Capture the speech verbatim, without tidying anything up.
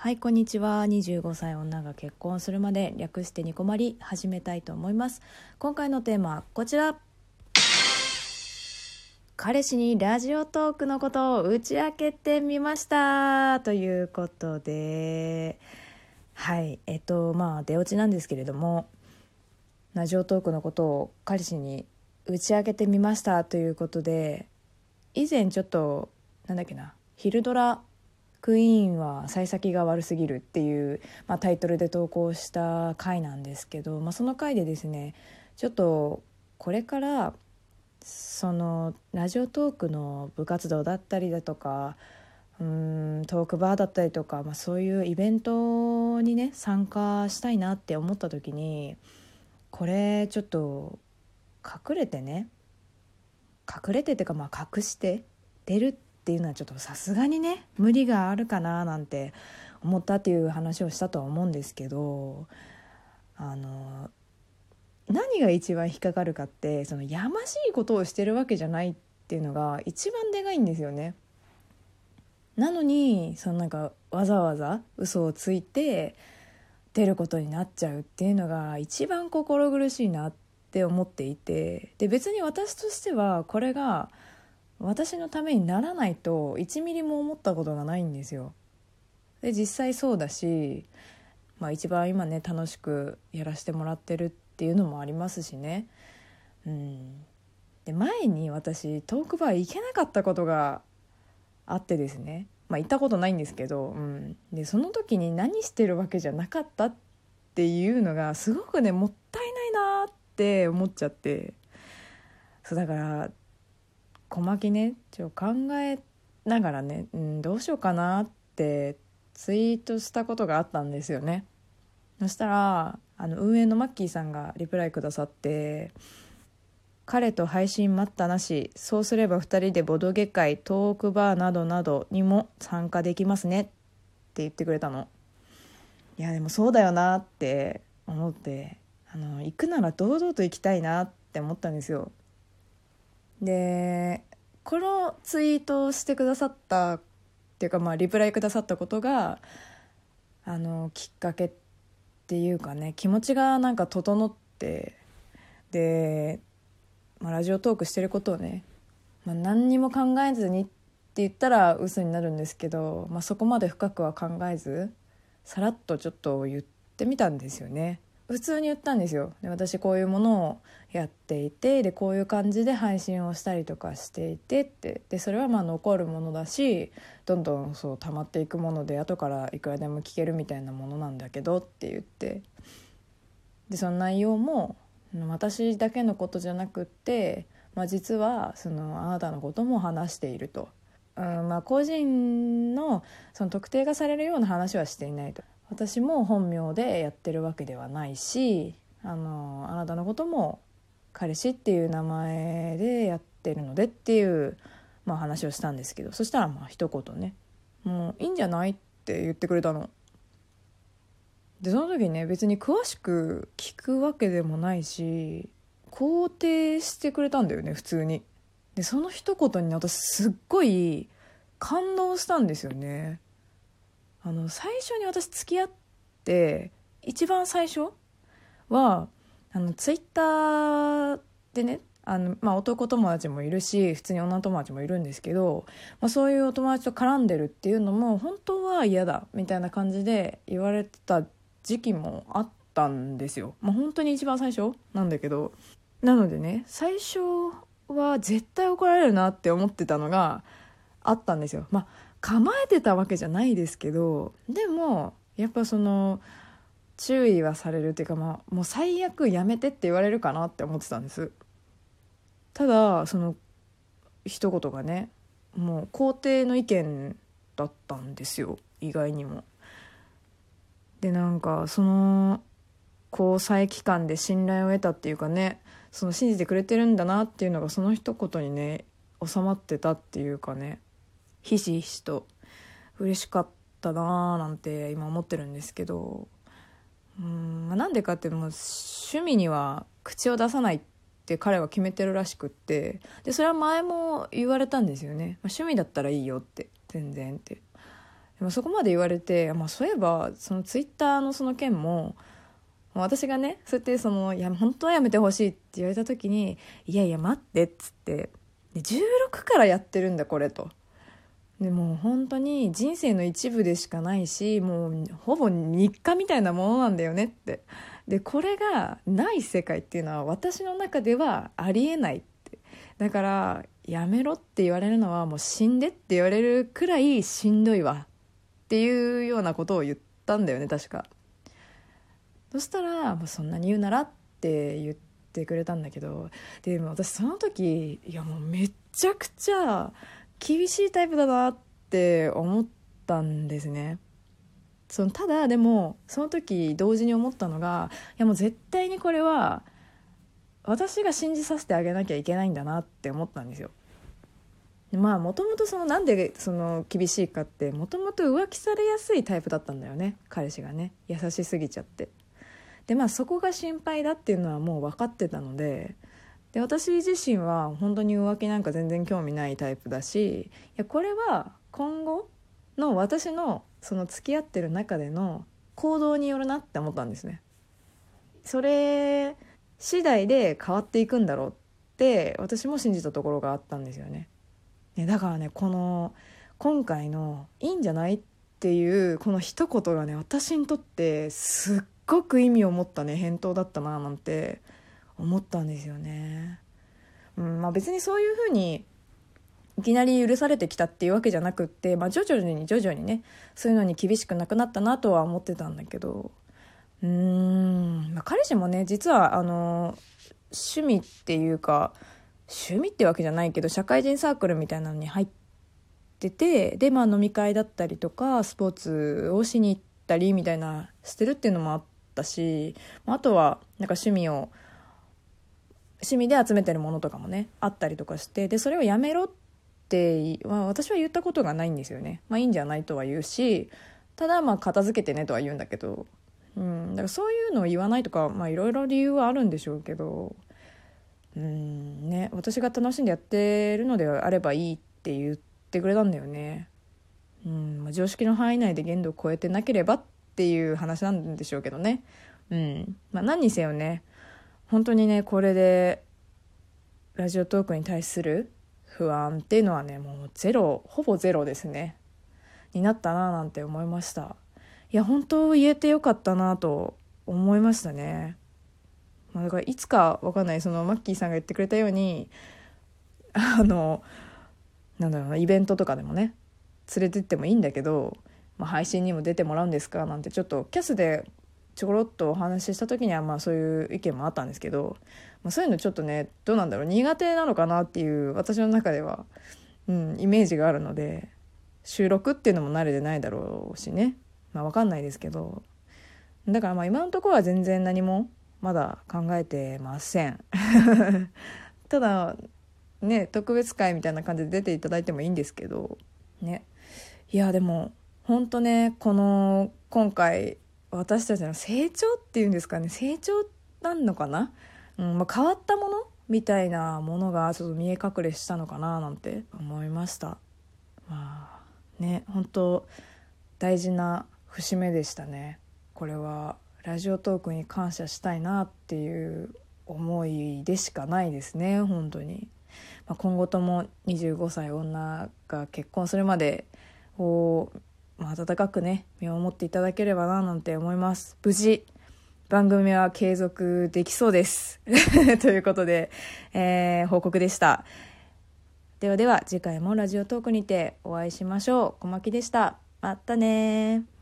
はい、こんにちは。にじゅうごさい女が結婚するまで、略してニコマリ、始めたいと思います。今回のテーマはこちら。彼氏にラジオトークのことを打ち明けてみましたということで、はいえっとまあ出落ちなんですけれども、ラジオトークのことを彼氏に打ち明けてみましたということで、以前ちょっとなんだっけな昼ドラクイーンは幸先が悪すぎるっていう、まあ、タイトルで投稿した回なんですけど、まあ、その回でですね、ちょっとこれからそのラジオトークの部活動だったりだとか、うーんトークバーだったりとか、まあ、そういうイベントにね参加したいなって思った時に、これちょっと隠れてね隠れてっていうかまあ隠して出るっていうのはちょっとさすがにね無理があるかななんて思ったっていう話をしたとは思うんですけど、あの何が一番引っかかるかって、そのやましいことをしてるわけじゃないっていうのが一番でかいんですよね。なのにそのなんかわざわざ嘘をついて出ることになっちゃうっていうのが一番心苦しいなって思っていて、で別に私としてはこれが私のためにならないといちミリも思ったことがないんですよ。で実際そうだし、まあ、一番今ね楽しくやらせてもらってるっていうのもありますしね、うん、で前に私トークバー行けなかったことがあってですね、まあ行ったことないんですけど、うん、でその時に何してるわけじゃなかったっていうのがすごくねもったいないなって思っちゃって、そうだから小牧ねちょ考えながらね、うん、どうしようかなってツイートしたことがあったんですよね。そしたらあの運営のマッキーさんがリプライくださって、彼と配信待ったなし、そうすればふたりでボドゲ会、トークバーなどなどにも参加できますねって言ってくれたの。いやでもそうだよなって思って、あの行くなら堂々と行きたいなって思ったんですよ。でこのツイートをしてくださったっていうか、まあリプライくださったことがあのきっかけっていうかね、気持ちがなんか整って、で、まあ、ラジオトークしてることをね、まあ、何にも考えずにって言ったら嘘になるんですけど、まあ、そこまで深くは考えずさらっとちょっと言ってみたんですよね。普通に言ったんですよ。で私こういうものをやっていて、でこういう感じで配信をしたりとかしていてって、でそれはまあ残るものだし、どんどんそう溜まっていくもので後からいくらでも聞けるみたいなものなんだけどって言って、でその内容も私だけのことじゃなくって、まあ、実はそのあなたのことも話していると、うんまあ、個人のその特定がされるような話はしていないと、私も本名でやってるわけではないし、あのあなたのことも彼氏っていう名前でやってるのでっていう、まあ、話をしたんですけど、そしたらまあ一言ね、もういいんじゃないって言ってくれたの。でその時ね別に詳しく聞くわけでもないし、肯定してくれたんだよね普通に。でその一言に、ね、私すっごい感動したんですよね。あの最初に私付き合って一番最初はあのツイッターでね、あの、まあ、男友達もいるし普通に女友達もいるんですけど、まあ、そういうお友達と絡んでるっていうのも本当は嫌だみたいな感じで言われてた時期もあったんですよ。まあ、本当に一番最初なんだけど、なのでね最初は絶対怒られるなって思ってたのがあったんですよ。まあ構えてたわけじゃないですけど、でもやっぱその注意はされるっていうか、まあもう最悪やめてって言われるかなって思ってたんです。ただその一言がねもう肯定の意見だったんですよ、意外にも。でなんかその交際期間で信頼を得たっていうかね、その信じてくれてるんだなっていうのがその一言にね収まってたっていうかね、ひしひしと嬉しかったなーなんて今思ってるんですけど、うーん、まあ、なんでかっていうと趣味には口を出さないって彼は決めてるらしくって、でそれは前も言われたんですよね、まあ、趣味だったらいいよって全然って。 でもそこまで言われて、まあ、そういえばそのツイッターのその件も私がねそうやってそのいや本当はやめてほしいって言われた時に、いやいや待ってっつって、でじゅうろくからやってるんだこれと。でもう本当に人生の一部でしかないし、もうほぼ日課みたいなものなんだよねって。でこれがない世界っていうのは私の中ではありえないって。だからやめろって言われるのはもう死んでって言われるくらいしんどいわっていうようなことを言ったんだよね確か。そしたら、まあ、そんなに言うならって言ってくれたんだけど、でも私その時いやもうめちゃくちゃ厳しいタイプだなって思ったんですね。そのただでもその時同時に思ったのが、いやもう絶対にこれは私が信じさせてあげなきゃいけないんだなって思ったんですよ。まあもともとそのなんでその厳しいかって、もともと浮気されやすいタイプだったんだよね彼氏がね、優しすぎちゃって。でまあそこが心配だっていうのはもう分かってたので、で私自身は本当に浮気なんか全然興味ないタイプだし、いやこれは今後の私のその付き合ってる中での行動によるなって思ったんですね。それ次第で変わっていくんだろうって私も信じたところがあったんですよね。ね、だからねこの今回のいいんじゃないっていうこの一言がね、私にとってすっごく意味を持ったね返答だったななんて思ったんですよね。うんまあ、別にそういうふうにいきなり許されてきたっていうわけじゃなくって、まあ、徐々に徐々にねそういうのに厳しくなくなったなとは思ってたんだけど、うーん、まあ、彼氏もね実はあの趣味っていうか趣味ってわけじゃないけど社会人サークルみたいなのに入ってて、でまあ飲み会だったりとかスポーツをしに行ったりみたいなしてるっていうのもあったし、あとはなんか趣味を趣味で集めてるものとかもねあったりとかして、でそれをやめろって、まあ、私は言ったことがないんですよね。まあいいんじゃないとは言うし、ただまあ片付けてねとは言うんだけど、うん、だからそういうのを言わないとかまあいろいろ理由はあるんでしょうけど、うんね、私が楽しんでやってるのであればいいって言ってくれたんだよね。うんまあ、常識の範囲内で限度を超えてなければっていう話なんでしょうけどね。うんまあ、何にせよね本当にねこれでラジオトークに対する不安っていうのはねもうゼロほぼゼロですねになったななんて思いました。いや本当言えてよかったなと思いましたね。まあ、だからいつかわかんない、そのマッキーさんが言ってくれたようにあのなんだろうなイベントとかでもね連れてってもいいんだけど、まあ、配信にも出てもらうんですかなんてちょっとキャスでちょころっとお話しした時にはまあそういう意見もあったんですけど、まあ、そういうのちょっとねどうなんだろう苦手なのかなっていう私の中では、うん、イメージがあるので、収録っていうのも慣れてないだろうしね、まあ、分かんないですけど、だからまあ今のところは全然何もまだ考えてませんただね特別会みたいな感じで出ていただいてもいいんですけどね。いやでも本当ねこの今回私たちの成長っていうんですかね、成長なんのかな、うんまあ、変わったものみたいなものがちょっと見え隠れしたのかななんて思いました。まあね本当大事な節目でしたね。これはラジオトークに感謝したいなっていう思いでしかないですね本当に。まあ、今後ともにじゅうごさい女が結婚するまでを、まあ、温かくね見守っていただければななんて思います。無事番組は継続できそうですということで、えー、報告でした。ではでは次回もラジオトークにてお会いしましょう。小牧でした。またね。